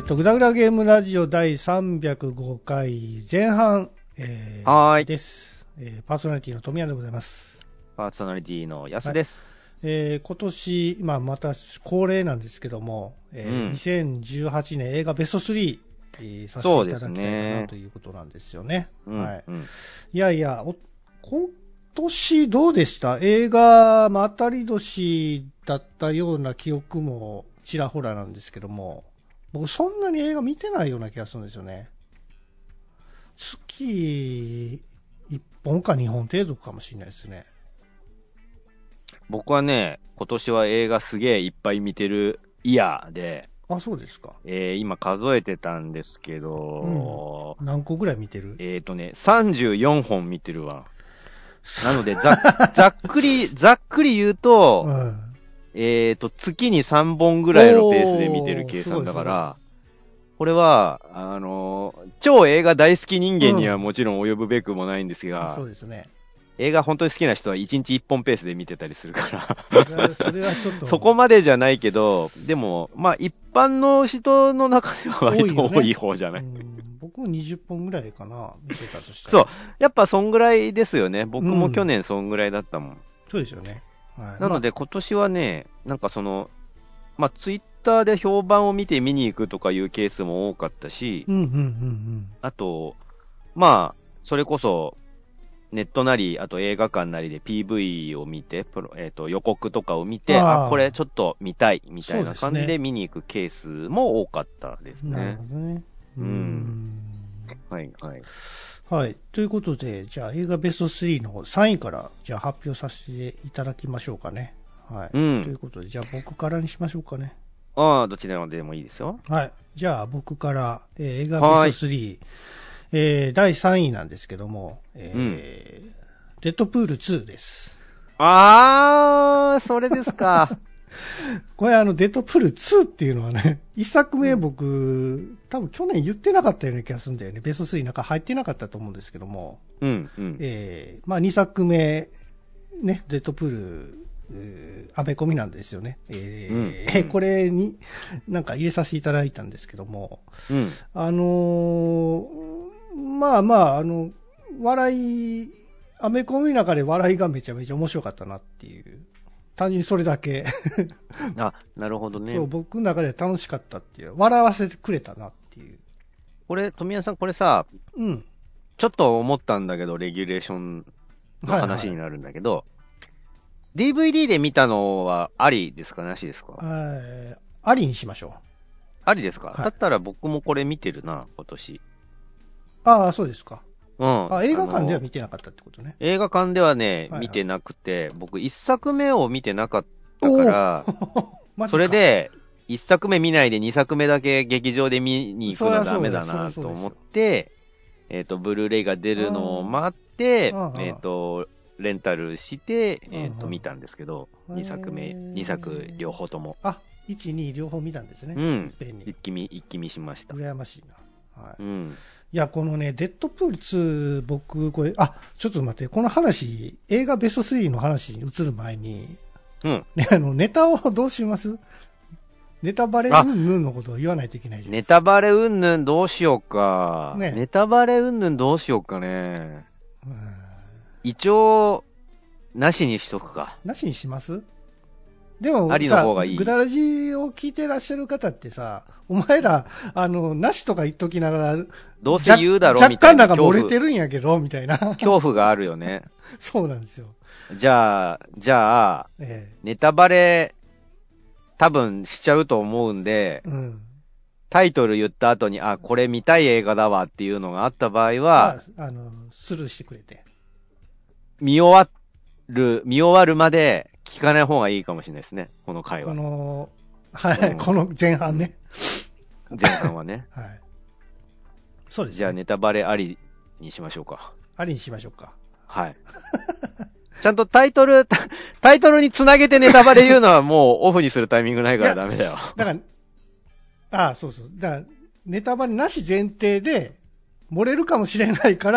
グダグダゲームラジオ第305回前半、 はいです。パーソナリティの富谷でございます。 パーソナリティの安です。 今年、また恒例なんですけども、2018年映画ベスト3、させていただきたいかなということなんですよね。はい。いやいや、今年どうでした？映画、当たり年だったような記憶もちらほらなんですけども、僕そんなに映画見てないような気がするんですよね。月1本か2本程度かもしれないですね。 僕はね、今年は映画すげえいっぱい見てるイヤーで。 あ、そうですか。 今数えてたんですけど、 何個ぐらい見てる ？34本見てるわ。なので、ざっくり言うと、月に3本ぐらいのペースで見てる計算だから、これは、超映画大好き人間にはもちろん及ぶべくもないんですが、 そうですね。 映画本当に好きな人は1日1本ペースで見てたりするからそれはちょっと。 そこまでじゃないけど、でも、一般の人の中では割と多い方じゃない、 僕も20本ぐらいかな、見てたとしたら。そう。やっぱそんぐらいですよね。僕も去年そんぐらいだったもん。 そうですよね。 はい、なので今年はね、なんかツイッターで評判を見て見に行くとかいうケースも多かったし、あと、それこそ、ネットなり、あと映画館なりで PV を見て、予告とかを見て、これちょっと見たい、みたいな感じで見に行くケースも多かったですね。 なるほどね。 はい、はい。 はい。ということで、じゃあ映画ベスト3の3位から、じゃあ発表させていただきましょうかね。はい。ということで、じゃあ僕からにしましょうかね。 どちらでもいいですよ。 はい。じゃあ僕から、映画ベスト3、第3位なんですけども、デッドプール2です。 それですか。 これデッドプール2っていうのはね、一作目僕、多分去年言ってなかったような気がするんだよね。ベスト3なんか入ってなかったと思うんですけども。2作目、ね、デッドプール、アメコミなんですよね。これになんか入れさせていただいたんですけども、笑い、アメコミの中で笑いがめちゃめちゃ面白かったなっていう。単純にそれだけ。 なるほどね。 そう、僕の中では楽しかったっていう。笑わせてくれたなっていう。 これ、富谷さん、これさ、ちょっと思ったんだけど、レギュレーションの話になるんだけど、DVD で見たのはありですかなしですか？ ありにしましょう。 ありですか？だったら僕もこれ見てるな、今年。 そうですか。映画館では見てなかったってことね。 映画館ではね、見てなくて、僕一作目を見てなかったから、それで、一作目見ないで二作目だけ劇場で見に行くのはダメだなと思って、ブルーレイが出るのを待って、レンタルして、見たんですけど、二作両方とも。 1、2両方見たんですね。 一気見しました。 羨ましいな。はい。いや、このね、デッドプール2、僕、これ、ちょっと待って、この話、映画ベスト3の話に移る前に、ネタをどうします？ネタバレうんぬんのことを言わないといけないじゃないですか。 ネタバレうんぬんどうしようか。ネタバレうんぬんどうしようかね。一応、なしにしとくか。 なしにします？でも、 ありの方がいい。 グダラジを聞いてらっしゃる方ってさ、お前ら、なしとか言っときながら、 どうせ言うだろうみたいな。 若干なんか漏れてるんやけど、みたいな。 恐怖があるよね。 そうなんですよ。 じゃあ、ネタバレ、多分しちゃうと思うんで、タイトル言った後に、これ見たい映画だわっていうのがあった場合は、 スルーしてくれて。 見終わるまで聞かない方がいいかもしれないですね、この回は。 この前半ね。 前半はね。 はい。そうですね。 じゃあネタバレありにしましょうか。ありにしましょうか。 はい。ちゃんとタイトルにつなげてネタバレ言うのはもうオフにするタイミングないからダメだよ。 だから、そうそう。だから、ネタバレなし前提で、漏れるかもしれないから、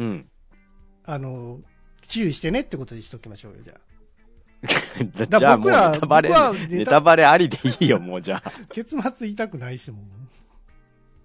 注意してねってことにしときましょうよ、じゃあ。 じゃあ僕ら、ネタバレありでいいよ、もうじゃあ。 結末痛くないしも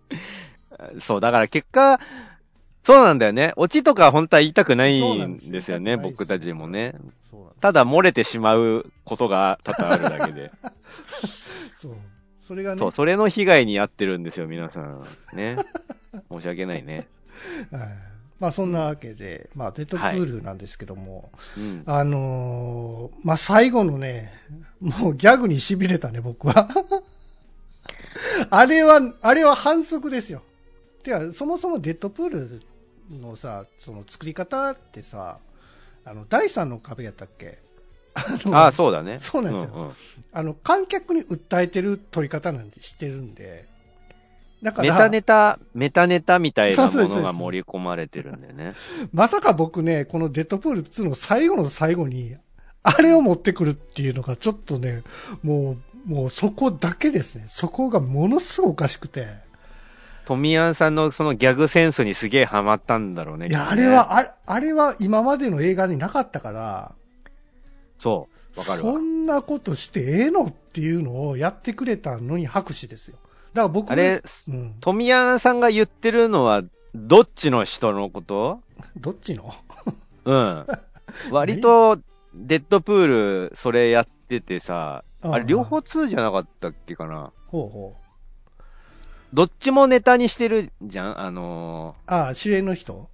そう、だから結果、そうなんだよね。オチとか本当は言いたくないんですよね、僕たちもね。ただ漏れてしまうことが多々あるだけで。 そう。それがね。 そう、それの被害に遭ってるんですよ、皆さん。ね。申し訳ないね。 はい。まあそんなわけで、まあデッドプールなんですけども、 はい、 まあ最後のね、もうギャグに痺れたね、僕は。あれは反則ですよ。てか、そもそもデッドプールのさ、その作り方ってさ、第三の壁やったっけ？ ああ、そうだね。 そうなんですよ。観客に訴えてる撮り方なんてしてるんで、だからメタネタみたいなものが盛り込まれてるんだよね。 まさか僕ね、このデッドプール2の最後の最後に、あれを持ってくるっていうのがちょっとね、もうそこだけですね。そこがものすごくおかしくて。 トミアンさんのそのギャグセンスにすげえハマったんだろうね。 いや、あれは今までの映画になかったから、 そう、わかるわ。 そんなことしてええのっていうのをやってくれたのに拍手ですよ。だから僕あれ、トミアンさんが言ってるのは、どっちの人のこと？ どっちの？ うん。割と、デッドプール、それやっててさ、あれ、両方2じゃなかったっけかな。 ほうほう。 どっちもネタにしてるじゃん主演の人？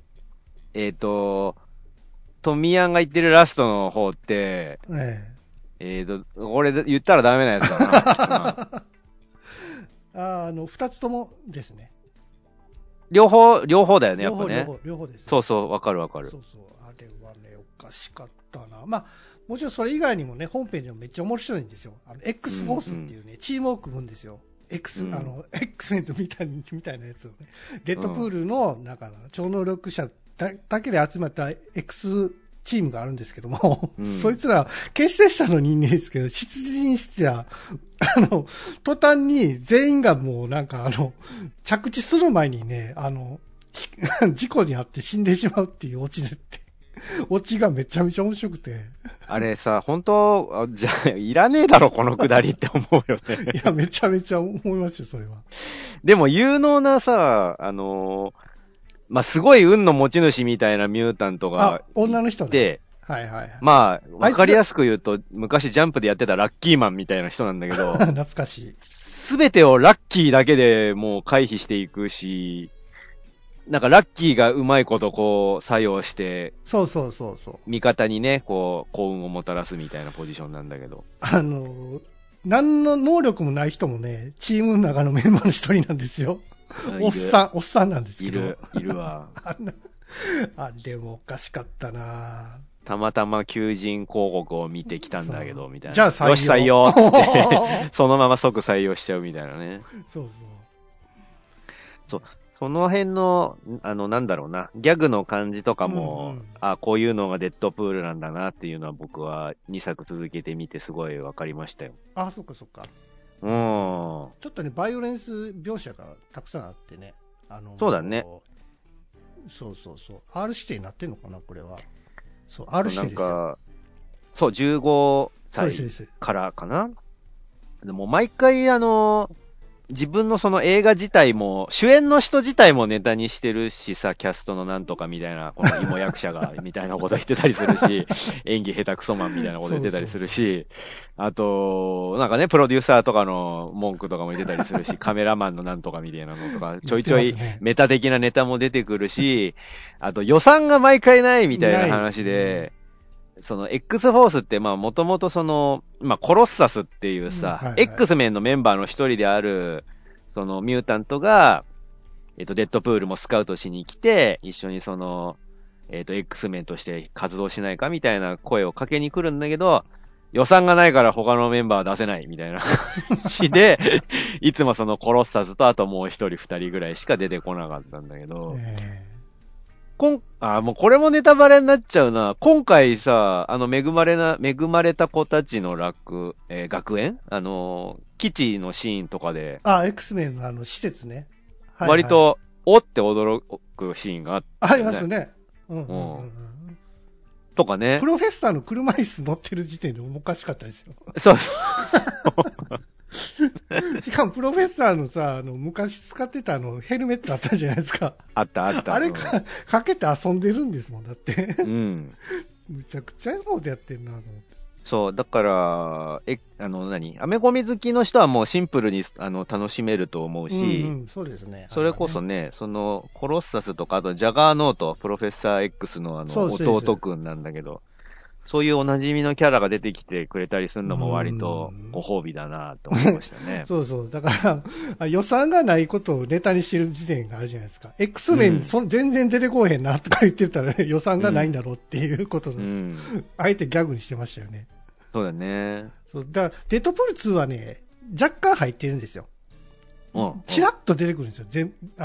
トミアンが言ってるラストの方って、これ言ったらダメなやつだな。二つともですね。 両方だよね、やっぱね。 両方です。 そうそう、わかるわかる。 そうそう、あれはね、おかしかったな。まあ、もちろんそれ以外にもね、本編でもめっちゃ面白いんですよ。X フォースっていうね、チームを組むんですよ。X メントみたいなやつをね。デッドプールの、なんか、超能力者だけで集まった X チームがあるんですけども、そいつら、決して下の人間ですけど、出陣しちゃ、途端に全員がもうなんか着地する前にね、事故に遭って死んでしまうっていうオチでって、オチがめちゃめちゃ面白くて。 あれさ、本当じゃあ、いらねえだろ、このくだりって思うよね。 いや、めちゃめちゃ思いますよ、それは。 でも、有能なさ、まあ、すごい運の持ち主みたいなミュータントが女の人で、 はいはいはい。 まあ、わかりやすく言うと、昔ジャンプでやってたラッキーマンみたいな人なんだけど、 懐かしい。 すべてをラッキーだけでもう回避していくし、なんかラッキーがうまいことこう作用して、 そう。 味方にね、こう幸運をもたらすみたいなポジションなんだけど。 何の能力もない人もね、チームの中のメンバーの一人なんですよ。おっさんなんですけど。 いるわ。 あれもおかしかったなたまたま求人広告を見てきたんだけど、みたいな。 じゃあ採用。 よし採用ってそのまま即採用しちゃうみたいなね。 そう。 その辺の、なんだろうな、ギャグの感じとかも、こういうのがデッドプールなんだなっていうのは僕は2作続けてみてすごい分かりましたよ。 そっか。ちょっとね、バイオレンス描写がたくさんあってね。 そうだね。 そう。R 指定になってんのかな、これは。そう、R 指定ですよ。 なんか、そう、15歳からかな。でも毎回自分のその映画自体も、主演の人自体もネタにしてるしさ、キャストのなんとかみたいな、この芋役者が、みたいなこと言ってたりするし、演技下手くそマンみたいなこと言ってたりするし、あと、なんかね、プロデューサーとかの文句とかも言ってたりするし、カメラマンのなんとかみたいなのとか、ちょいちょいメタ的なネタも出てくるし、あと予算が毎回ないみたいな話で、その X フォースってもともとその、コロッサスっていうさ、X メンのメンバーの一人である、そのミュータントが、デッドプールもスカウトしに来て、一緒にその、X メンとして活動しないかみたいな声をかけに来るんだけど、予算がないから他のメンバーは出せないみたいな話で、いつもそのコロッサスとあともう一人二人ぐらいしか出てこなかったんだけど、もうこれもネタバレになっちゃうな。今回さ、恵まれた子たちの学園基地のシーンとかで。 X メンの施設ね。 割と、おって驚くシーンがあった、 ありますね。 とかね。 プロフェッサーの車椅子乗ってる時点でおかしかったですよ。 そう。 しかもプロフェッサーのさ、昔使ってたヘルメットあったじゃないですか。 あったあった。 あれかけて遊んでるんですもん、だって。 うん。 むちゃくちゃなことやってんなと思って。 そう、だから、アメコミ好きの人はもうシンプルに、楽しめると思うし、 そうですね。 それこそね、コロッサスとか、あと、ジャガーノート、プロフェッサー X の弟くんなんだけど、そういうおなじみのキャラが出てきてくれたりするのも割とご褒美だなと思いましたね。 そうそう。だから、予算がないことをネタにしてる時点があるじゃないですか。X メン、全然出てこへんなとか言ってたら予算がないんだろうっていうことの、あえてギャグにしてましたよね。 そうだね。 そう。だから、デッドプール2はね、若干入ってるんですよ。チラッと出てくるんですよ。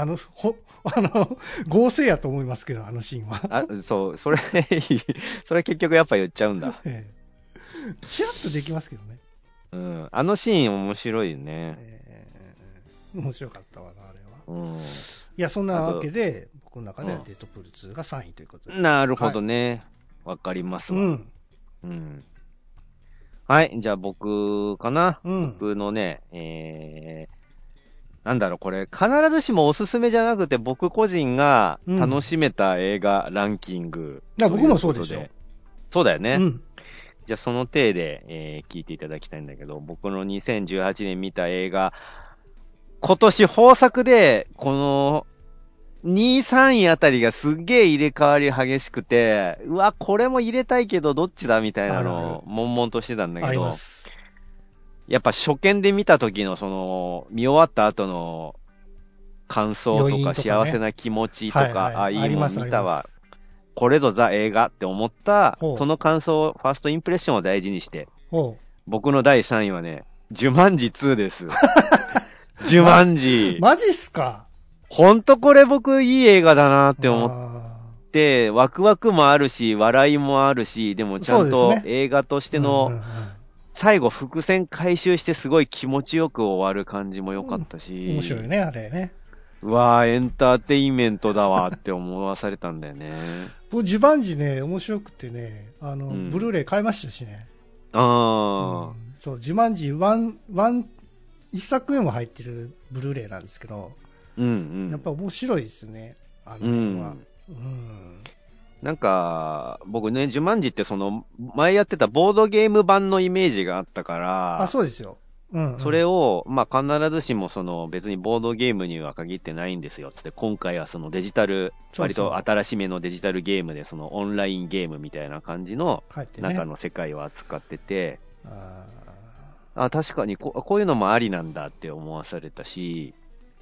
合成やと思いますけど、あのシーンは。 そう、それ結局やっぱ言っちゃうんだ。 チラッとできますけどね。 うん。あのシーン面白いよね。 面白かったわな、あれは。いや、そんなわけで、僕の中ではデッドプール2が3位ということで。 なるほどね。わかりますわ。はい、じゃあ僕かな。僕のね、なんだろう、これ、必ずしもおすすめじゃなくて、僕個人が楽しめた映画ランキング、 僕もそうでしょ。 そうだよね。じゃあその体で、聞いていただきたいんだけど、僕の2018年見た映画、今年豊作で、この、2位、3位あたりがすっげえ入れ替わり激しくて、うわ、これも入れたいけどどっちだみたいなのを悶々としてたんだけど、やっぱ初見で見た時の見終わった後の感想とか幸せな気持ちとか、いいもん見たわ。これぞザ映画って思った、その感想、ファーストインプレッションを大事にして、僕の第3位はね、ジュマンジ2です。ジュマンジ。 マジっすか？ ほんとこれ僕いい映画だなって思って、ワクワクもあるし、笑いもあるし、でもちゃんと映画としての、最後伏線回収してすごい気持ちよく終わる感じも良かったし。 面白いね、あれね。 うわー、エンターテインメントだわって思わされたんだよね。 僕、ジュバンジね、面白くてね、ブルーレイ買いましたしね。そう、ジュマンジ一作目も入ってるブルーレイなんですけど、やっぱ面白いですね、 なんか、僕ね、ジュマンジって前やってたボードゲーム版のイメージがあったから、 そうですよ。 それを、必ずしも別にボードゲームには限ってないんですよ。つって、今回はデジタル、割と新しめのデジタルゲームで、オンラインゲームみたいな感じの中の世界を扱ってて、確かにこういうのもありなんだって思わされたし、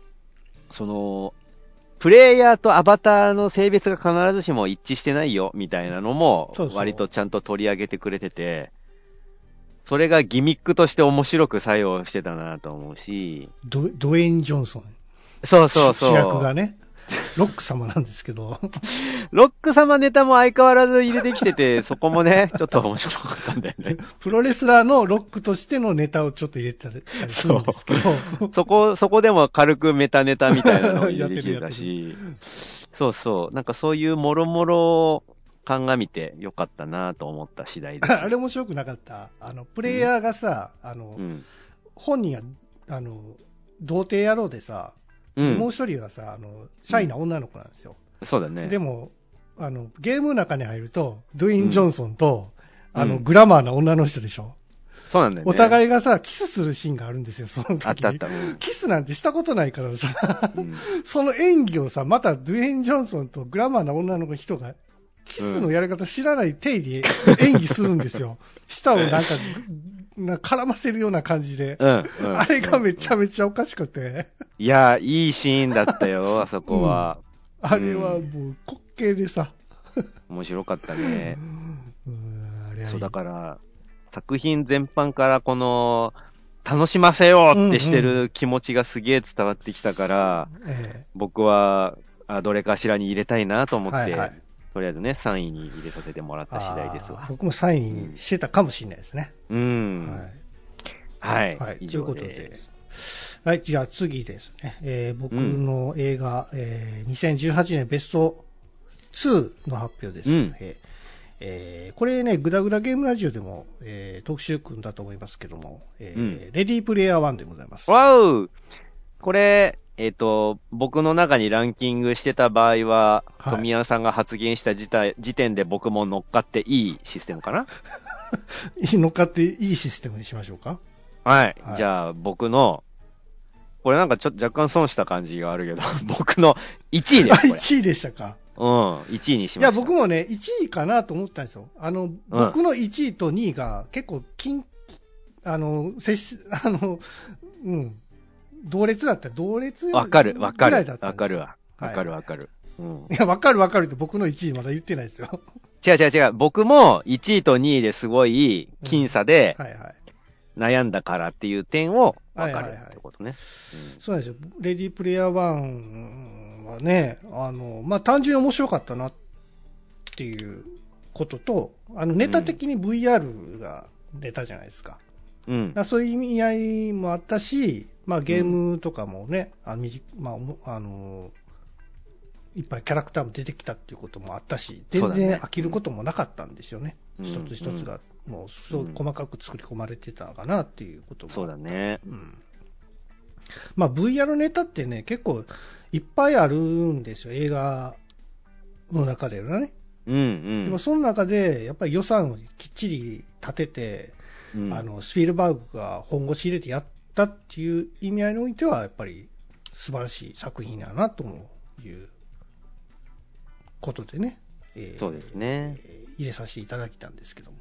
プレイヤーとアバターの性別が必ずしも一致してないよ、みたいなのも、割とちゃんと取り上げてくれてて、それがギミックとして面白く作用してたなと思うし。 ドウェイン・ジョンソン。 そう。 主役がね、ロック様なんですけど。 ロック様ネタも相変わらず入れてきてて、そこもね、ちょっと面白かったんだよね。 プロレスラーのロックとしてのネタをちょっと入れてたりするんですけど。そこでも軽くメタネタみたいなのを入れてきてたし。そう。なんかそういうもろもろ鑑みてよかったなと思った次第です。 あれ面白くなかった。プレイヤーがさ、本人が、童貞野郎でさ、もう一人がさ、シャイな女の子なんですよ。 そうだね。 でも、ゲームの中に入ると、ドゥイン・ジョンソンと、グラマーな女の人でしょ。 そうなんだよね。 お互いがさ、キスするシーンがあるんですよ、その時に。 あった。 キスなんてしたことないからさ、その演技をさ、またドゥイン・ジョンソンとグラマーな女の人が、キスのやり方知らない体で演技するんですよ。舌をなんか絡ませるような感じで。あれがめちゃめちゃおかしくて。 いや、いいシーンだったよ、あそこは。 あれはもう滑稽でさ。 面白かったね。そう、だから、作品全般から楽しませようってしてる気持ちがすげえ伝わってきたから、僕は、どれかしらに入れたいなと思って、とりあえずね、3位に入れさせてもらった次第ですわ。 僕も3位にしてたかもしれないですね。 はい。以上です。ということで。 はい、じゃあ次ですね。僕の映画、2018年ベスト2の発表です。 これね、グダグダゲームラジオでも、特集組んだと思いますけども、レディープレイヤー1でございます。 わおこれ、僕の中にランキングしてた場合は、はい、富谷さんが発言した時点で僕も乗っかっていいシステムかな乗っかっていいシステムにしましょうか。 はい。じゃあ、僕の、これなんかちょっと若干損した感じがあるけど、僕の1位です。 1位でしたか。 うん、1位にしました。 いや、僕もね、1位かなと思ったんですよ。僕の1位と2位が結構同列だったら同列わかる。 ぐらいだったんですよ。 わかるわ。わかるわかる。 うん。いや、わかるって僕の1位まだ言ってないですよ。 違う。僕も1位と2位ですごい僅差で、悩んだからっていう点をわかるってことね。 そうなんですよ。レディープレイヤー1はね、まあ、単純に面白かったなっていうことと、ネタ的に VR がネタじゃないですか。うん。そういう意味合いもあったし、まあ、ゲームとかもね、いっぱいキャラクターも出てきたっていうこともあったし、全然飽きることもなかったんですよね。一つ一つが、もう、そう細かく作り込まれてたのかなっていうことも。 そうだね。 うん。まあ、VR ネタってね、結構いっぱいあるんですよ、映画の中ではね。 うんうん。 でもその中で、やっぱり予算をきっちり立てて、スピルバーグが本腰入れてやったっていう意味合いにおいては、やっぱり素晴らしい作品だなということでね。 そうですね。 入れさせていただきたんですけども。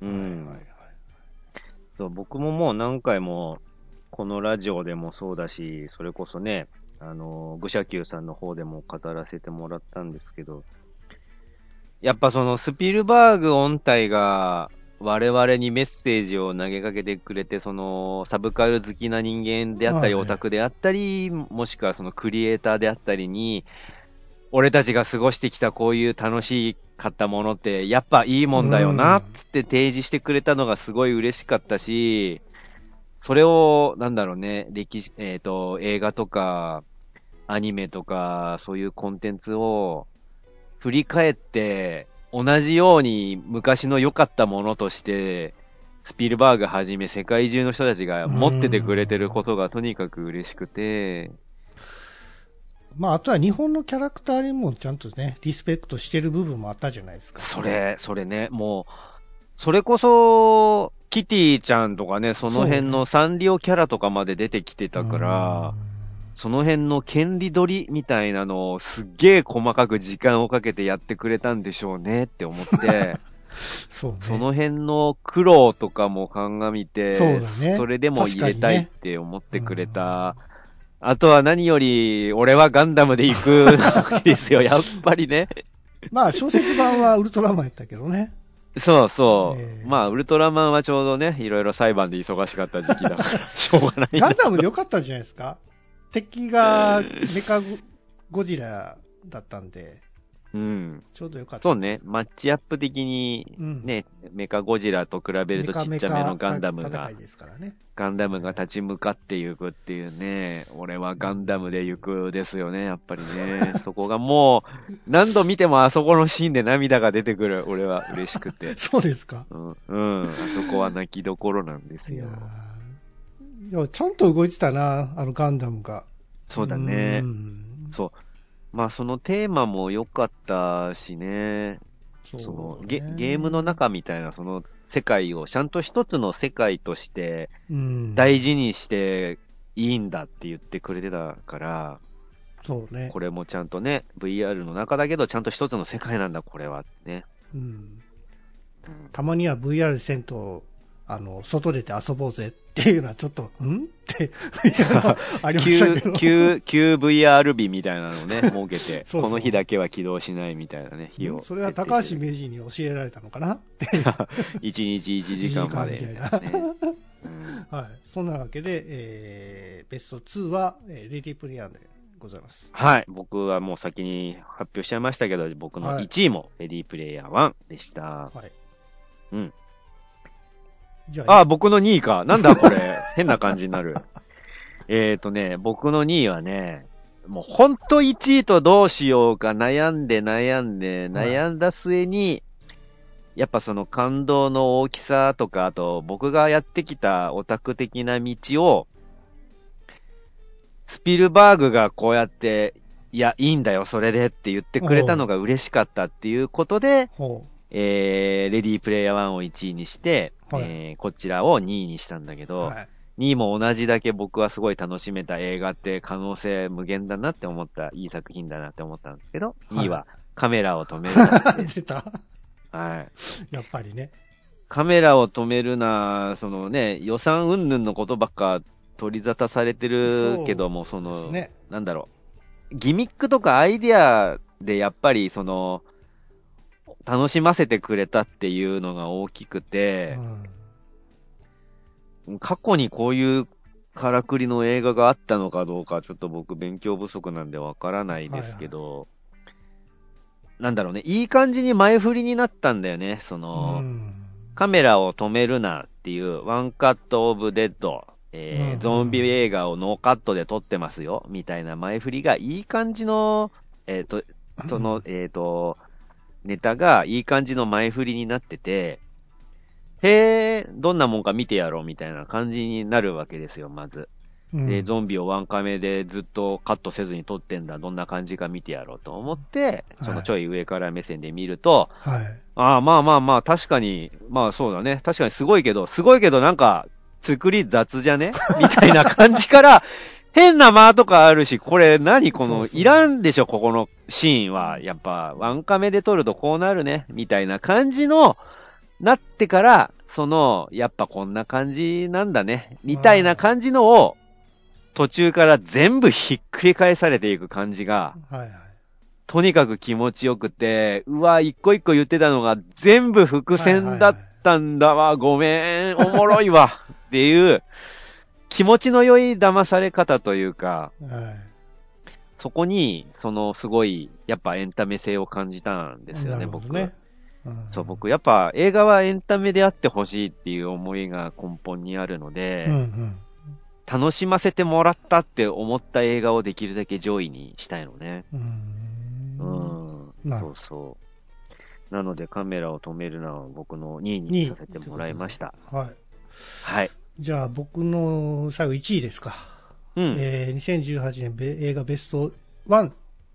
そう、僕ももう何回も、このラジオでもそうだし、それこそね、愚者級さんの方でも語らせてもらったんですけど、やっぱそのスピルバーグ音体が我々にメッセージを投げかけてくれて、そのサブカル好きな人間であったり、オタクであったり、もしくはそのクリエイターであったりに、俺たちが過ごしてきたこういう楽しかったものってやっぱいいもんだよな、つって提示してくれたのがすごい嬉しかったし、それを、なんだろうね、映画とか、アニメとか、そういうコンテンツを振り返って、同じように昔の良かったものとして、スピルバーグはじめ世界中の人たちが持っててくれてることがとにかく嬉しくて、 まあ、あとは日本のキャラクターにもちゃんとね、リスペクトしてる部分もあったじゃないですか。 それね、もう、それこそ、キティちゃんとかね、その辺のサンリオキャラとかまで出てきてたから、その辺の権利取りみたいなのをすっげえ細かく時間をかけてやってくれたんでしょうねって思って、 そうね、 その辺の苦労とかも鑑みて、 そうだね、 それでも入れたいって思ってくれた。あとは何より、俺はガンダムで行くわけですよ、やっぱりね。 まあ、小説版はウルトラマンやったけどね。 そうそう。まあ、ウルトラマンはちょうどね、いろいろ裁判で忙しかった時期だから、しょうがない。 ガンダムでよかったんじゃないですか。敵がメカゴジラだったんで。 うん。 ちょうどよかった。 そうね。マッチアップ的にね、メカゴジラと比べるとちっちゃめのガンダムが、ガンダムが立ち向かっていくっていうね、俺はガンダムで行くですよね、やっぱりね。そこがもう、何度見てもあそこのシーンで涙が出てくる、俺は嬉しくて。 そうですか。 うん。あそこは泣きどころなんですよ。 いや、ちゃんと動いてたな、ガンダムが。 そうだね。そう。まあそのテーマも良かったしね。そのゲームの中みたいなその世界をちゃんと一つの世界として大事にしていいんだって言ってくれてたから、 そうね。 これもちゃんとね、VR の中だけどちゃんと一つの世界なんだこれはね。 たまには VR せんと外出て遊ぼうぜっていうのはちょっと、ってありましたけど。 旧 VR 日みたいなのをね、設けてこの日だけは起動しないみたいなね、日を。 それは高橋名人に教えられたのかなって 1日1時間まで。 みたいな。はい。そんなわけで、ベスト2は、レディープレイヤーでございます。 はい。僕はもう先に発表しちゃいましたけど、僕の1位もレディープレイヤー1でした。はい。僕の2位か。なんだこれ。変な感じになる。僕の2位はね、もうほんと1位とどうしようか悩んだ末に、 やっぱその感動の大きさとか、あと僕がやってきたオタク的な道を、スピルバーグがこうやって、いや、いいんだよ、それでって言ってくれたのが嬉しかったっていうことで、レディープレイヤー1を1位にして、こちらを2位にしたんだけど、2位も同じだけ僕はすごい楽しめた映画って可能性無限だなって思った、いい作品だなって思ったんですけど、2位はカメラを止めるなって。 出たはい。 やっぱりね。 カメラを止めるな、そのね、予算云々のことばっか取り沙汰されてるけども、その、なんだろう。ギミックとかアイディアでやっぱりその、楽しませてくれたっていうのが大きくて、過去にこういうからくりの映画があったのかどうか、ちょっと僕勉強不足なんでわからないですけど、なんだろうね、いい感じに前振りになったんだよね、その、カメラを止めるなっていう、ワンカットオブデッド、ゾンビ映画をノーカットで撮ってますよ、みたいな前振りがいい感じの、その、ネタがいい感じの前振りになってて、へー、どんなもんか見てやろうみたいな感じになるわけですよ、まず。で、ゾンビをワンカメでずっとカットせずに撮ってんだ、どんな感じか見てやろうと思って、そのちょい上から目線で見ると、ああ、まあまあまあ、確かに、まあそうだね、確かにすごいけどなんか、作り雑じゃねみたいな感じから、変な間とかあるし、これ何この、いらんでしょ、ここのシーンは。やっぱ、ワンカメで撮るとこうなるね、みたいな感じの、なってから、その、やっぱこんな感じなんだね、みたいな感じのを、途中から全部ひっくり返されていく感じが、とにかく気持ちよくて、うわ、一個一個言ってたのが全部伏線だったんだわ、ごめん、おもろいわ、っていう、気持ちの良い騙され方というか、そこに、そのすごい、やっぱエンタメ性を感じたんですよね、僕。そう、僕、やっぱ映画はエンタメであってほしいっていう思いが根本にあるので、楽しませてもらったって思った映画をできるだけ上位にしたいのね。そうそう。なのでカメラを止めるのは僕の2位にさせてもらいました。はい。 じゃあ僕の最後1位ですか。2018年映画ベスト1。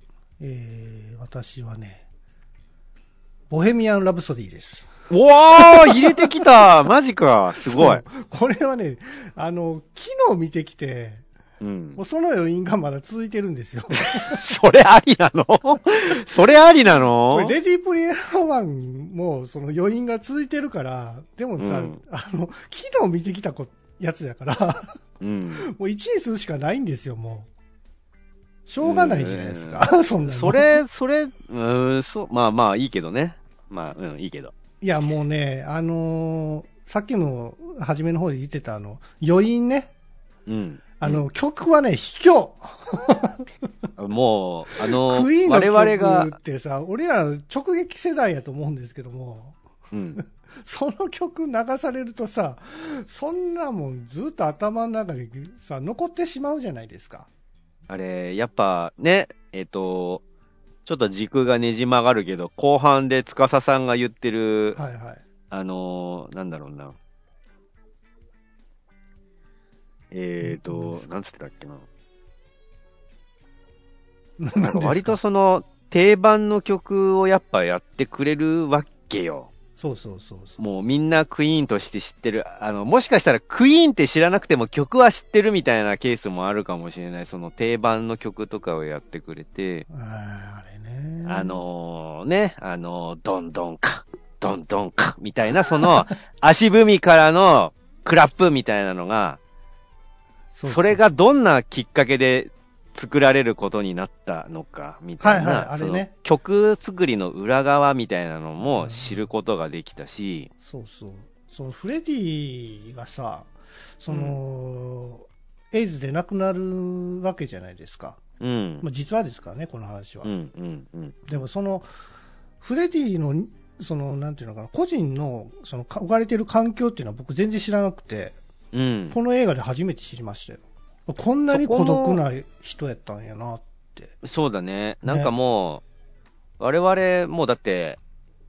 私はね、ボヘミアン・ラブソディです。 うわー入れてきたマジかすごい。 これはね、昨日見てきて、もうその余韻がまだ続いてるんですよ。 それありなのそれありなのこれレディープレイヤー1もその余韻が続いてるから、でもさ、昨日見てきたやつだから、もう1位するしかないんですよ、もう。しょうがないじゃないですか、そんなの。 まあまあいいけどね。まあ、いいけど。 いや、もうね、さっきの初めの方で言ってた余韻ね。曲はね、卑怯。 もう、 クイーンの曲ってさ、俺ら直撃世代やと思うんですけども、その曲流されるとさ、そんなもんずっと頭の中にさ、残ってしまうじゃないですか。 あれ、やっぱね、ちょっと軸がねじ曲がるけど、後半で司さんが言ってる、なんだろうな。なんつってたっけな。なんか割とその、定番の曲をやっぱやってくれるわけよ。 そうそう。 もうみんなクイーンとして知ってる。もしかしたらクイーンって知らなくても曲は知ってるみたいなケースもあるかもしれない。その定番の曲とかをやってくれて。 あれね。 ドンドンカ、ドンドンカ、みたいな、その、足踏みからのクラップみたいなのが、それがどんなきっかけで作られることになったのか、みたいな、 あれね、 曲作りの裏側みたいなのも知ることができたし、 そのフレディがさ、エイズで亡くなるわけじゃないですか。実話ですからね、この話は。でもフレディの、なんていうのかな、個人の、置かれている環境っていうのは僕全然知らなくて、この映画で初めて知りましたよ。こんなに孤独な人やったんやなって。 そうだね。なんかもう、我々もうだって、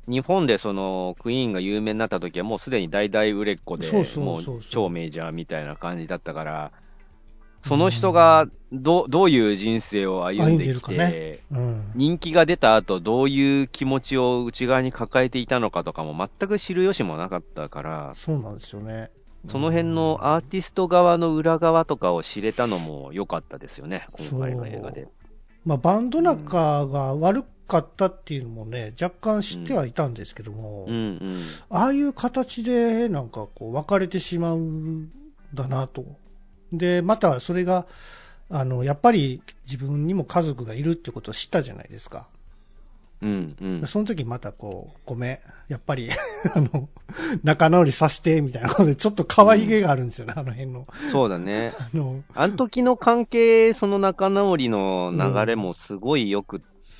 日本でそのクイーンが有名になった時はもうすでに大々売れっ子で、もう超メジャーみたいな感じだったから、その人がどういう人生を歩んできて、ね、人気が出た後どういう気持ちを内側に抱えていたのかとかも全く知る由もなかったから、 そうなんですよね。 その辺のアーティスト側の裏側とかを知れたのも良かったですよね、今回の映画で。 まあ、バンド仲が悪かったっていうのもね、若干知ってはいたんですけども、ああいう形でなんかこう別れてしまうんだなと。で、またそれが、やっぱり自分にも家族がいるってことを知ったじゃないですか。その時またこう、ごめん、やっぱり、仲直りさせて、みたいなことで、ちょっと可愛げがあるんですよね、あの辺の。 そうだね。あの時の関係、その仲直りの流れもすごい良くって、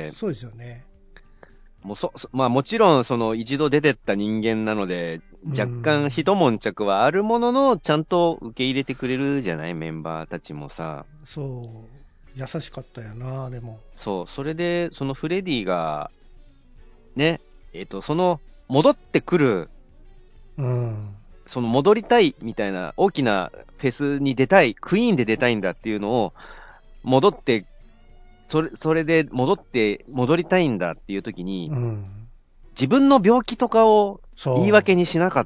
そうですよね。 もうまあもちろん、その一度出てった人間なので、若干一悶着はあるものの、ちゃんと受け入れてくれるじゃない、メンバーたちもさ。 そう。優しかったよな、でも。 そう、それで、そのフレディが、ね、その、戻ってくる、その戻りたいみたいな、大きなフェスに出たい、クイーンで出たいんだっていうのを、戻って、それで戻りたいんだっていう時に、自分の病気とかを言い訳にしなかった。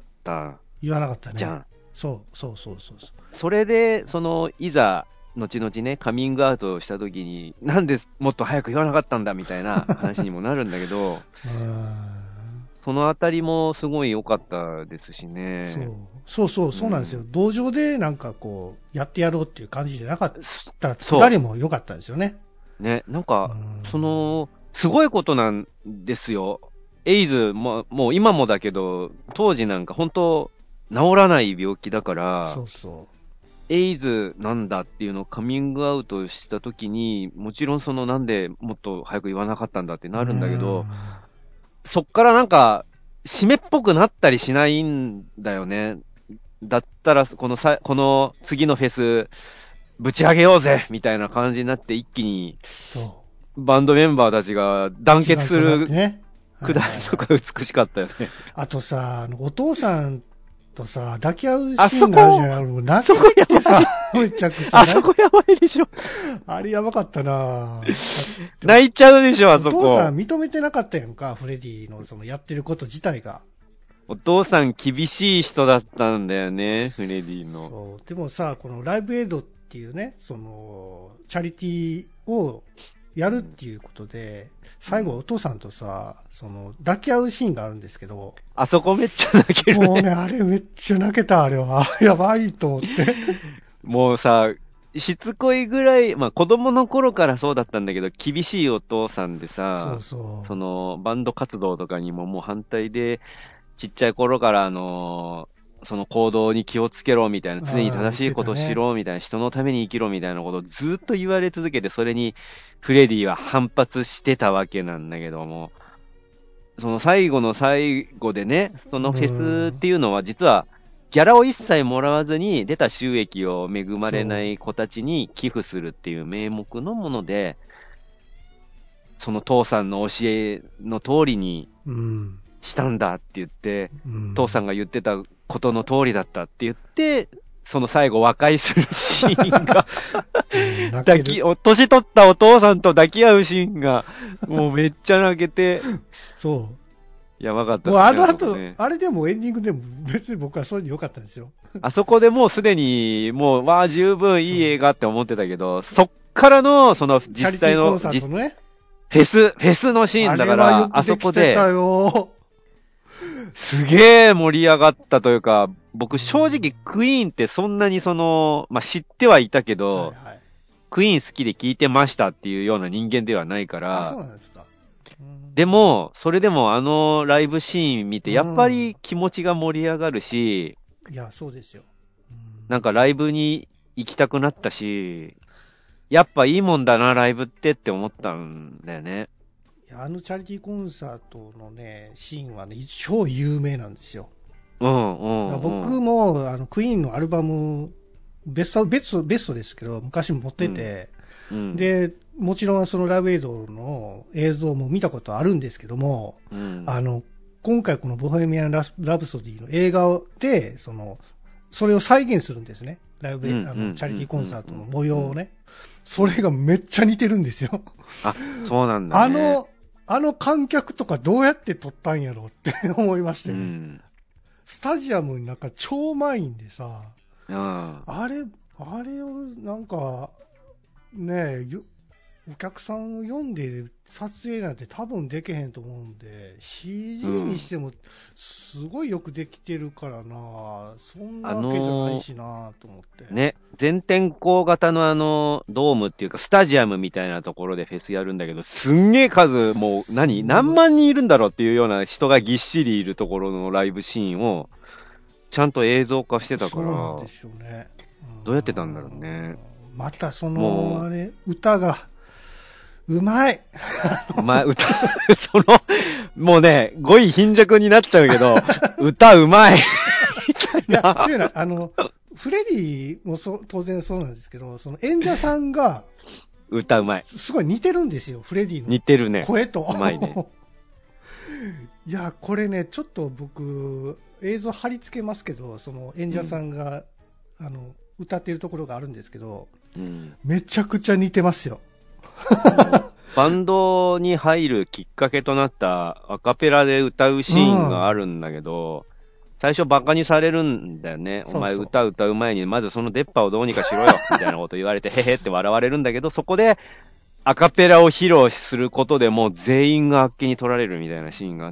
言わなかったね。 じゃん。 そう。 それで、いざ、後々ね、カミングアウトした時に、なんでもっと早く言わなかったんだみたいな話にもなるんだけど、そのあたりもすごい良かったですしね。 そうなんですよ。道場でなんかこう、やってやろうっていう感じじゃなかった二人も良かったですよね。 ね、なんか、すごいことなんですよ。エイズもう今もだけど、当時なんか本当治らない病気だから、エイズなんだっていうのをカミングアウトしたときに、もちろんなんでもっと早く言わなかったんだってなるんだけど、そっからなんか、締めっぽくなったりしないんだよね。だったら、この次のフェス、ぶち上げようぜみたいな感じになって一気に、バンドメンバーたちが団結するくだりとか美しかったよね。 あとさ、お父さん、とさ、抱き合うシーンがあるじゃない。もう泣けてさ、めちゃくちゃ。 あそこやばいでしょ。 あれやばかったな泣いちゃうでしょ、あそこ。 お父さん認めてなかったやんか、フレディのそのやってること自体が。 お父さん厳しい人だったんだよね、フレディの。 そう。でもさ、このライブエイドっていうね、チャリティーをやるっていうことで、最後お父さんとさ、抱き合うシーンがあるんですけど。 あそこめっちゃ泣けるね。 もうね、あれめっちゃ泣けた、あれは。やばいと思って。 もうさ、しつこいぐらい、まあ子供の頃からそうだったんだけど、厳しいお父さんでさ、バンド活動とかにももう反対で、ちっちゃい頃からその行動に気をつけろみたいな、常に正しいことをしろみたいな、人のために生きろみたいなことをずっと言われ続けて、それにフレディは反発してたわけなんだけども、その最後の最後でね、そのフェスっていうのは実は、ギャラを一切もらわずに出た収益を恵まれない子たちに寄付するっていう名目のもので、その父さんの教えの通りにしたんだって言って、父さんが言ってたことの通りだったって言って、その最後和解するシーンが年取ったお父さんと抱き合うシーンが、もうめっちゃ泣けて、 そう。 やばかったですね。後、あれでもエンディングでも別に僕はそれで良かったんですよ。 あそこでもうすでに、もう、十分いい映画って思ってたけど、そっからの、実際の、フェスのシーンだから、あそこで、すげえ盛り上がったというか、僕正直クイーンってそんなにまあ、知ってはいたけど、クイーン好きで聞いてましたっていうような人間ではないから、 そうなんですか。 でも、それでもライブシーン見て、やっぱり気持ちが盛り上がるし、 いや、そうですよ。 なんかライブに行きたくなったし、やっぱいいもんだな、ライブって思ったんだよね。 いや、チャリティーコンサートのね、シーンはね、超有名なんですよ。僕も、クイーンのアルバム、ベストですけど、昔持ってて、で、 もちろんそのライブ映像も見たことあるんですけども、うん、今回このボヘミアン・ラプソディの映画で、それを再現するんですね。ライブ、チャリティーコンサートの模様をね。それがめっちゃ似てるんですよ。 あ、そうなんだね。 観客とかどうやって撮ったんやろうって思いましたよ、ね。うん、スタジアムの中超満員でさ、あれをなんか、ねえ、お客さんを呼んで撮影なんて多分できへんと思うんで、CG にしてもすごいよくできてるからな、そんなわけじゃないしなと思って。 ね、全天候型のドームっていうかスタジアムみたいなところでフェスやるんだけど、すんげえ数、もう何万人いるんだろうっていうような人がぎっしりいるところのライブシーンをちゃんと映像化してたから、 そうなんでしょうね。 どうやってたんだろうね。 また歌が、うまい。 もうね、語彙貧弱になっちゃうけど、歌うまい。 いや、というのは、フレディも当然そうなんですけど、その演者さんが、 歌うまい。 すごい似てるんですよ、フレディの。 似てるね。 声と。 うまいね。 いや、これね、ちょっと僕、映像貼り付けますけど、その演者さんが、歌ってるところがあるんですけど、めちゃくちゃ似てますよ。 バンドに入るきっかけとなったアカペラで歌うシーンがあるんだけど、最初バカにされるんだよね。お前歌う前にまずその出っ歯をどうにかしろよみたいなこと言われてへへって笑われるんだけど、そこでアカペラを披露することでもう全員があっけに取られるみたいなシーンがあって、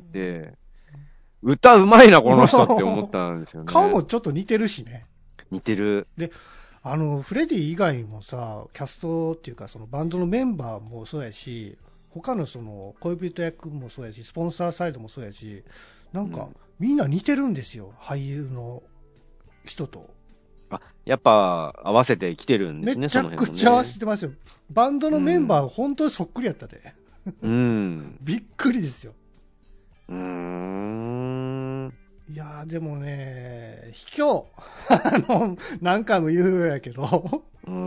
歌うまいなこの人って思ったんですよね。 顔もちょっと似てるしね。 似てる。 で、フレディ以外にもさ、キャストっていうか、そのバンドのメンバーもそうやし、他のその恋人役もそうやし、スポンサーサイドもそうやし、なんか、みんな似てるんですよ、俳優の人と。 あ、やっぱ合わせてきてるんですね、 めちゃくちゃ合わせてますよ。バンドのメンバー、本当にそっくりやったで。びっくりですよ。いやーでもね、卑怯。何回も言うやけど。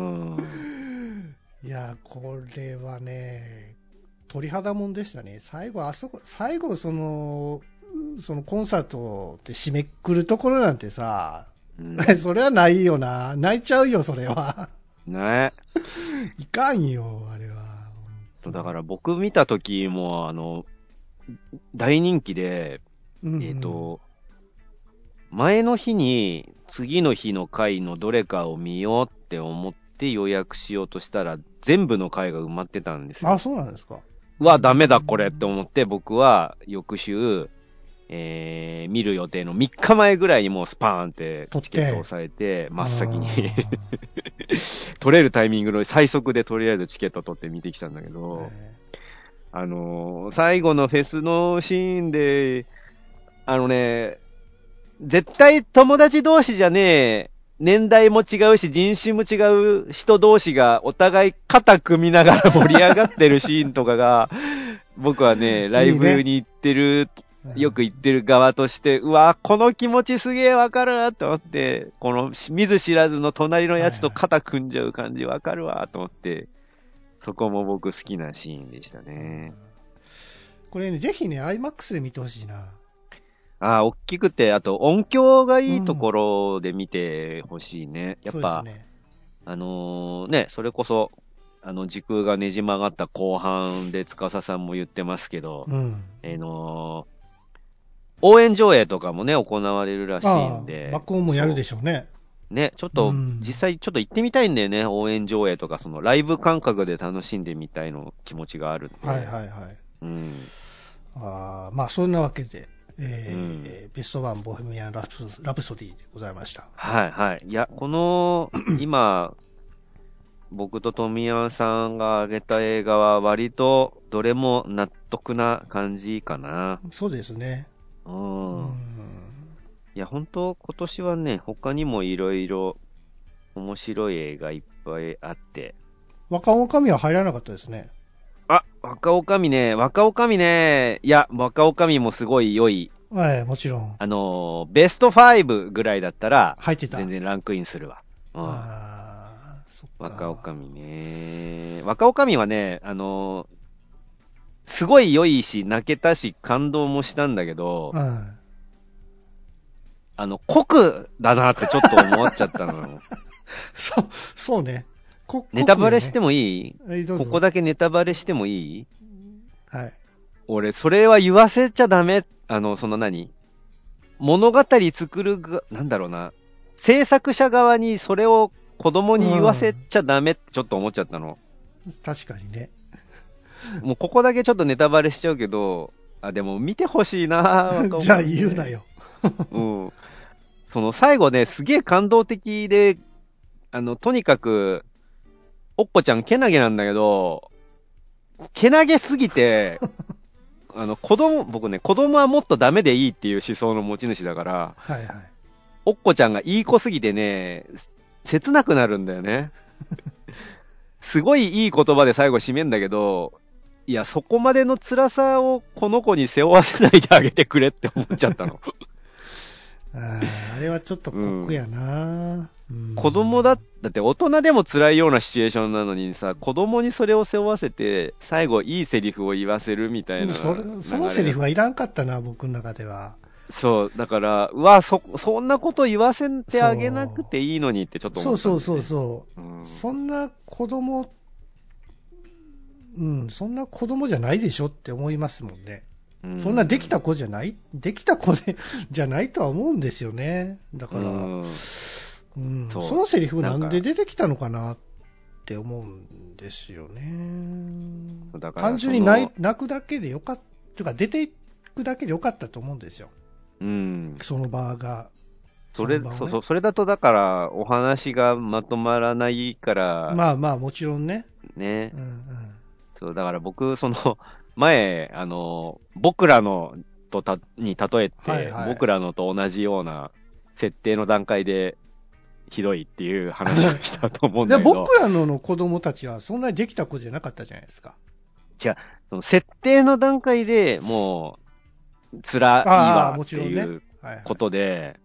いやーこれはね、鳥肌もんでしたね。最後そのコンサートで締めくるところなんてさ、それはないよな。泣いちゃうよ、それは。 ね。 いかんよ、あれは。 だから僕見た時も、大人気で、前の日に次の日の回のどれかを見ようって思って予約しようとしたら全部の回が埋まってたんですよ。 あ、そうなんですか。 うわ、ダメだこれって思って僕は翌週、見る予定の3日前ぐらいにもうスパーンってチケットを押さえて真っ先に取れるタイミングの最速でとりあえずチケット取って見てきたんだけど、最後のフェスのシーンで、絶対友達同士じゃねえ、年代も違うし人種も違う人同士がお互い肩組みながら盛り上がってるシーンとかが、僕はね、ライブに行ってる、よく行ってる側として、うわ、この気持ちすげえわかるなと思って、この見ず知らずの隣のやつと肩組んじゃう感じわかるわと思って、そこも僕好きなシーンでしたね。 これね、ぜひね、IMAX で見てほしいな。 大きくて、あと音響がいいところで見てほしいね。やっぱ、ね、それこそ、時空がねじ曲がった後半で司さんも言ってますけど、応援上映とかもね、行われるらしいんで。 爆音もやるでしょうね。 ね、ちょっと、実際ちょっと行ってみたいんだよね、応援上映とか、そのライブ感覚で楽しんでみたいの気持ちがあるんで。 はいはいはい。まあそんなわけで、ベストワンボヘミアン・ラプソディでございました。 はいはい。いや、今、僕と富山さんが挙げた映画は割とどれも納得な感じかな。 そうですね。 いや、本当今年はね、他にもいろいろ面白い映画いっぱいあって。 若女将は入らなかったですね。 若女将ね。いや、若女将もすごい良い。 はい、もちろん。 ベスト5ぐらいだったら、 入ってた。 全然ランクインするわ。 若女将ね。若女将はね、すごい良いし、泣けたし、感動もしたんだけど、酷だなってちょっと思っちゃったのよ。 そうね。 ネタバレしてもいい？ どうぞ。 ここだけネタバレしてもいい？ はい。 俺、それは言わせちゃダメ。物語作るなんだろうな。制作者側にそれを子供に言わせちゃダメってちょっと思っちゃったの。 確かにね。 もうここだけちょっとネタバレしちゃうけど、でも見てほしいなぁ。 じゃあ言うなよ。 うん。最後ね、すげえ感動的で、とにかく、おっこちゃんけなげなんだけど、けなげすぎて、僕ね、子供はもっとダメでいいっていう思想の持ち主だから、 はいはい。 おっこちゃんがいい子すぎてね、切なくなるんだよね。すごいいい言葉で最後締めんだけど、いや、そこまでの辛さをこの子に背負わせないであげてくれって思っちゃったの。 あれはちょっと酷やな、 子供だって大人でも辛いようなシチュエーションなのにさ、子供にそれを背負わせて、最後いいセリフを言わせるみたいな。 そのセリフはいらんかったな、僕の中では。 そう、だから、そんなこと言わせてあげなくていいのにってちょっと思ったんですね。 そう、そんな子供、そんな子供じゃないでしょって思いますもんね。そんなできた子じゃないじゃないとは思うんですよね。だから、そのセリフなんで出てきたのかなって思うんですよね。だから単純に泣くだけでよかった、というか出ていくだけでよかったと思うんですよ。その場が。 それだとだからお話がまとまらないから。 まあもちろんね。 ね。そう、だから僕、前、僕らのに例えて、僕らのと同じような設定の段階でひどいっていう話をしたと思うんだけど。 僕らの子供たちはそんなにできた子じゃなかったじゃないですか。 じゃあ、設定の段階でもう、辛いわっていうことで、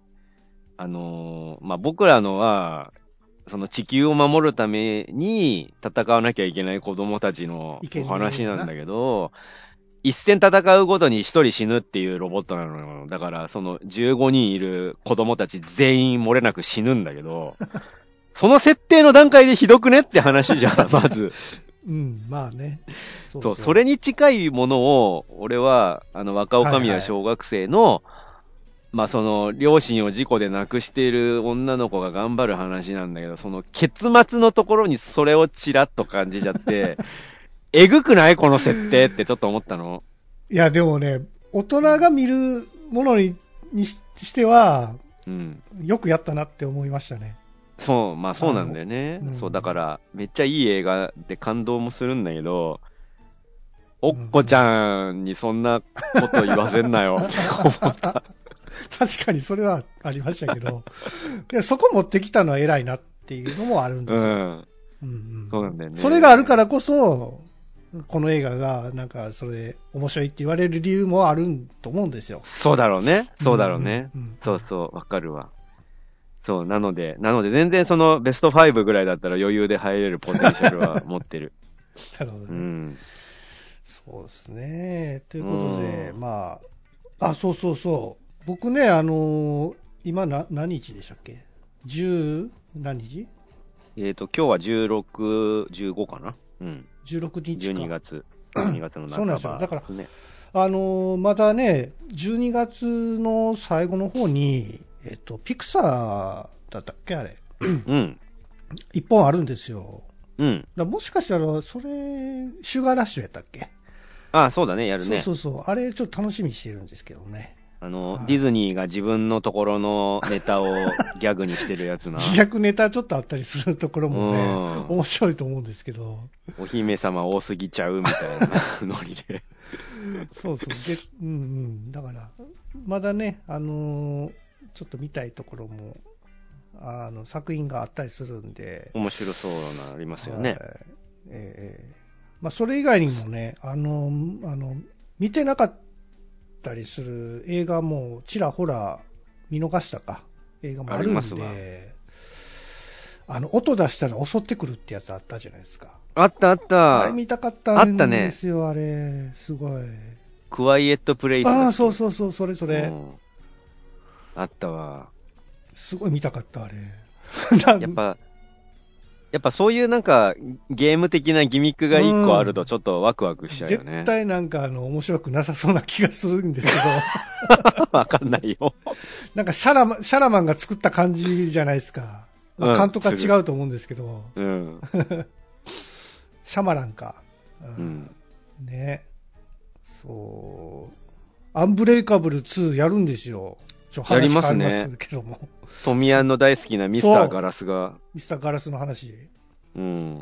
僕らのは、地球を守るために戦わなきゃいけない子供たちのお話なんだけど、一戦戦うごとに一人死ぬっていうロボットなのよ。だから、15人いる子供たち全員漏れなく死ぬんだけど、その設定の段階でひどくねって話じゃん、まず。 まあね。 それに近いものを、俺は、若女将や小学生の、両親を事故で亡くしている女の子が頑張る話なんだけど、結末のところにそれをチラッと感じちゃって、えぐくないこの設定ってちょっと思ったの。 いや、でもね、大人が見るものにしては、よくやったなって思いましたね。 そう、そうなんだよね。そう、だから、めっちゃいい映画で感動もするんだけど、おっこちゃんにそんなこと言わせんなよって思った。 確かにそれはありましたけど、そこ持ってきたのは偉いなっていうのもあるんですよ。 そうなんだよね。 それがあるからこそ、この映画がなんかそれ面白いって言われる理由もあると思うんですよ。 そうだろうね。そうだろうね。そうそう、わかるわ。そう、なので全然ベスト5ぐらいだったら余裕で入れるポテンシャルは持ってる。 なるほどね。そうですね。ということで、そう。僕ね、今何日でしたっけ ?10 何日今日は16、15かな 16日か。 12月の半ば。 そうなんですよ。だから、まだね、12月の最後の方に、ピクサーだったっけあれ。一本あるんですよ。もしかしたら、それ、シュガーラッシュやったっけそうだね、やるね。 そう。あれ、ちょっと楽しみにしてるんですけどね。 ディズニーが自分のところのネタをギャグにしてるやつな。 自虐ネタちょっとあったりするところもね、面白いと思うんですけど。 お姫様多すぎちゃうみたいなノリで。 そう。だから、まだね、ちょっと見たいところも、作品があったりするんで。 面白そうな、ありますよね。 それ以外にもね、見てなかったりする映画もちらほら見逃した映画もあるんで、 音出したら襲ってくるってやつあったじゃないですか。 あったあった。 あれ見たかったんですよ、あれ。すごい。 クワイエットプレイス。 ああ、そうそうそう、それ。 あったわ。 すごい見たかった、あれ。 やっぱそういうなんか、ゲーム的なギミックが一個あるとちょっとワクワクしちゃうよね。 絶対なんか面白くなさそうな気がするんですけど。わかんないよ。 なんかシャラマンが作った感じじゃないですか。まあ、監督は違うと思うんですけど。 うん。 シャマランか。 うん。 ね。そう。アンブレイカブル2やるんですよ。 やりますね。 けども。 トミヤンの大好きなミスターガラスが。 ミスターガラスの話。 うん。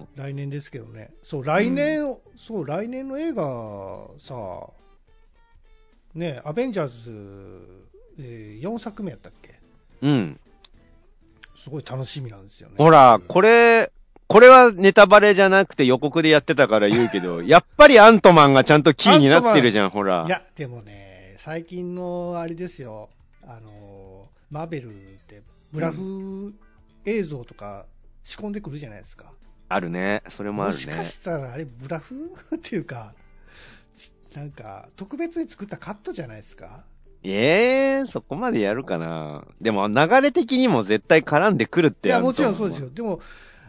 来年ですけどね。そう、来年の映画さ、ね、アベンジャーズ、4作目やったっけ？ うん。 すごい楽しみなんですよね。 ほら、これはネタバレじゃなくて予告でやってたから言うけど、やっぱりアントマンがちゃんとキーになってるじゃん、ほら。 いや、でもね、最近のあれですよ、マーベルってブラフ映像とか仕込んでくるじゃないですか。 あるね。それもあるね。 もしかしたらあれブラフっていうか、なんか特別に作ったカットじゃないですか。 そこまでやるかな。でも流れ的にも絶対絡んでくるって。 いや、もちろんそうですよ。でも、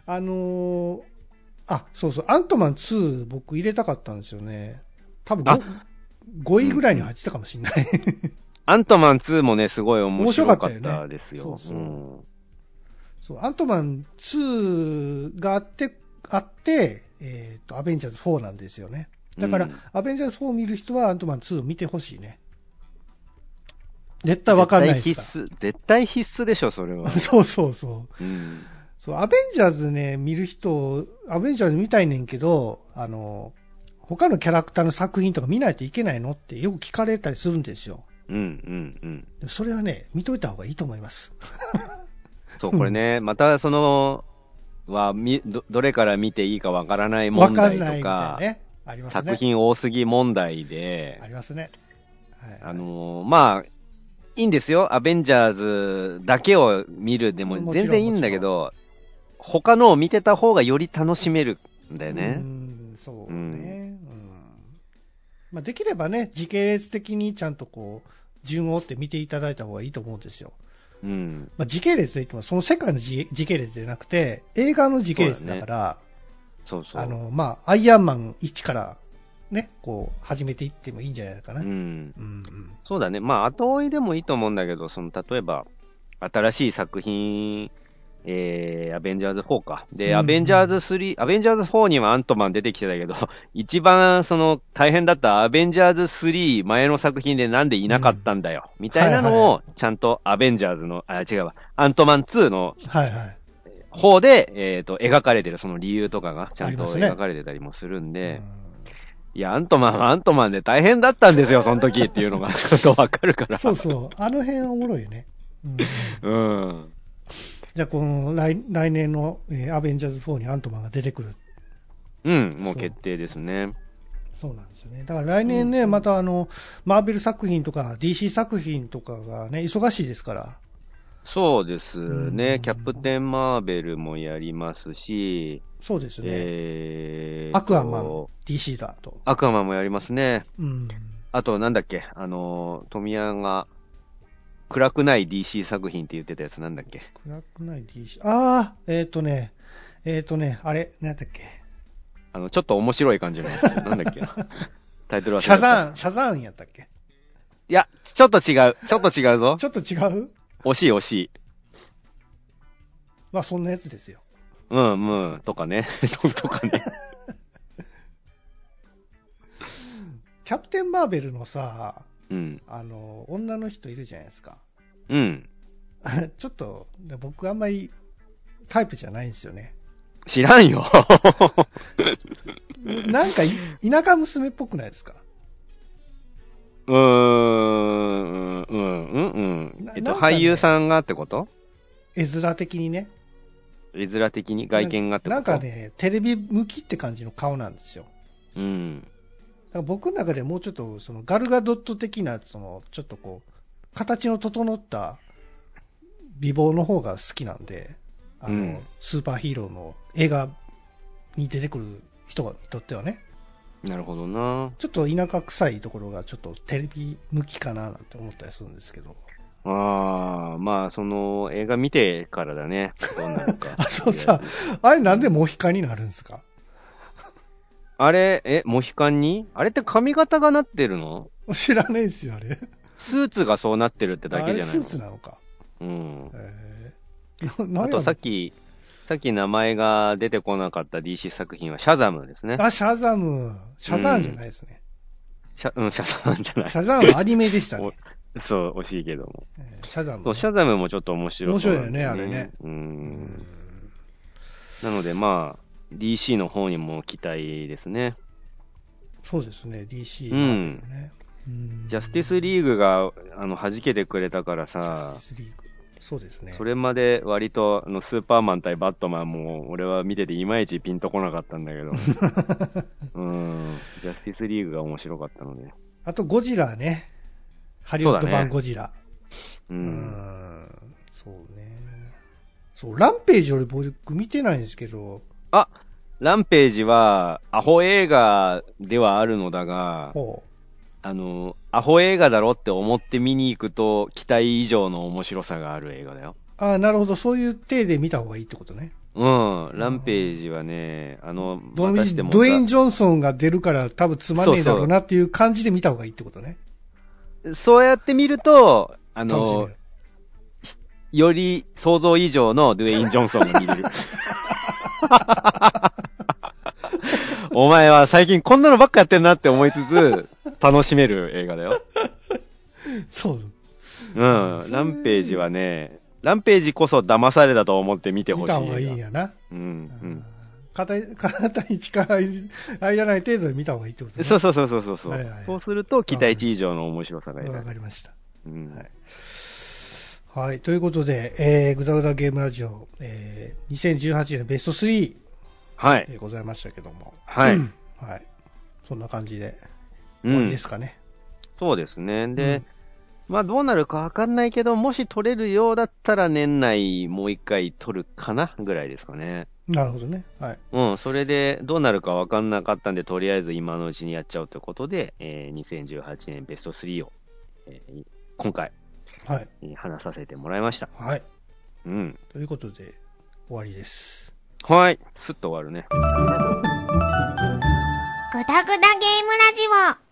そうそう、アントマン2僕入れたかったんですよね。多分5位ぐらいに入ってたかもしれない。 アントマン2もね、すごい面白かったですよ。 そう、アントマン2があって、アベンジャーズ4なんですよね。だから、アベンジャーズ4を見る人はアントマン2を見てほしいね。絶対わかんないですか。 絶対必須でしょ、それは。 そうそうそう。うん。 そう、アベンジャーズね、見る人、アベンジャーズ見たいねんけど、他のキャラクターの作品とか見ないといけないのってよく聞かれたりするんですよ。それはね、見といた方がいいと思います。 そう、これね、またどれから見ていいかわからない問題とか、 わかんないみたいなね。ありますね。 作品多すぎ問題で、 ありますね。 まあ、いいんですよ。アベンジャーズだけを見るでも全然いいんだけど、他のを見てた方がより楽しめるんだよね。 そうね。まあ、できればね、時系列的にちゃんと順を追って見ていただいた方がいいと思うんですよ。まあ、時系列といっても、その世界の時系列じゃなくて、映画の時系列だから、まあ、アイアンマン1からね、始めていってもいいんじゃないかな。 そうだね。まあ、後追いでもいいと思うんだけど、例えば、新しい作品、アベンジャーズ4か。で、アベンジャーズ4にはアントマン出てきてたけど、一番大変だったアベンジャーズ3前の作品でなんでいなかったんだよ。みたいなのを、ちゃんとアベンジャーズの、違うわ、アントマン2の、方で、描かれてるその理由とかが、ちゃんと描かれてたりもするんで、いや、アントマンはアントマンで大変だったんですよ、その時っていうのがちょっとわかるから。 そうそう。あの辺おもろいよね。じゃあ、この来年の、アベンジャーズ4にアントマンが出てくる。 もう決定ですね。 そうなんですよね。だから来年ね、またマーベル作品とか DC 作品とかがね、忙しいですから。 そうですね。キャプテンマーベルもやりますし、 そうですね。アクアマン、DC だと。 アクアマンもやりますね。あと、なんだっけ、トミヤンが、暗くない DC 作品って言ってたやつなんだっけ。 暗くない DC、あれ、なんだっけ。 ちょっと面白い感じのやつ。なんだっけな。タイトルはシャザーンやったっけ。 いや、ちょっと違うぞ。 ちょっと違う惜しい。 まあ、そんなやつですよ。 とかね。とかね。 キャプテンマーベルのさ、女の人いるじゃないですか。ちょっと、僕あんまりタイプじゃないんですよね。 知らんよ。 なんか、田舎娘っぽくないですか？ 俳優さんがってこと？ 絵面的にね。 絵面的に外見がってこと？ なんかね、テレビ向きって感じの顔なんですよ。だから僕の中でもうちょっと、ガルガドット的な、ちょっと形の整った美貌の方が好きなんで、 スーパーヒーローの映画に出てくる人にとってはね。 なるほどな。 ちょっと田舎臭いところがちょっとテレビ向きかななんて思ったりするんですけど。 ああ、まあ、その、映画見てからだね。どうなるか。 あ、そうさ、あれなんでモヒカンになるんですか？ あれ、モヒカンにあれって髪型がなってるの？ 知らないですよ、あれ。 スーツがそうなってるってだけじゃないの？ あれスーツなのか。 うん。 あとさっき名前が出てこなかった DC 作品はシャザムですね。 あ、シャザム。シャザンじゃないですね。 シャザムじゃない。 シャザンはアニメでしたね。 そう、惜しいけども。 シャザム。 そう、シャザムもちょっと面白い、 面白いよね、あれね。 なのでまあ、DC の方にも期待ですね。 そうですね、DC のね。 ジャスティスリーグが、弾けてくれたからさ、 そうですね。 それまで割と、スーパーマン対バットマンも、俺は見てていまいちピンとこなかったんだけど。ジャスティスリーグが面白かったので。 あと、ゴジラね。ハリウッド版ゴジラ。そうね。そう、ランページ俺僕見てないんですけど。 あ、ランページは、アホ映画ではあるのだが、アホ映画だろって思って見に行くと、期待以上の面白さがある映画だよ。 ああ、なるほど。そういう体で見た方がいいってことね。 ランページはね、 ドウェイン・ジョンソンが出るから多分つまんねえだろうなっていう感じで見た方がいいってことね。 そうやって見ると、より想像以上のドゥエイン・ジョンソンが見れる。お前は最近こんなのばっかやってんなって思いつつ、楽しめる映画だよ。 そう。 ランページはね、ランページこそ騙されたと思って見てほしい。見た方がいいんやな。肩に力入らない程度で見た方がいいってことね。 そう。そうすると期待値以上の面白さが得られる。 わかりました。はい。ということで、ぐだぐだゲームラジオ、2018年ベスト3。 はい。 でございましたけども。 はい。 はい。そんな感じで、終わりですかね。 そうですね。で、まあどうなるかわかんないけど、もし取れるようだったら年内もう一回取るかなぐらいですかね。 なるほどね。はい。 それでどうなるかわかんなかったんで、とりあえず今のうちにやっちゃおうということで、2018年ベスト3を、今回、 はい。 話させてもらいました。 はい。ということで、終わりです。 はい。すっと終わるね。 ぐだぐだゲームラジオ。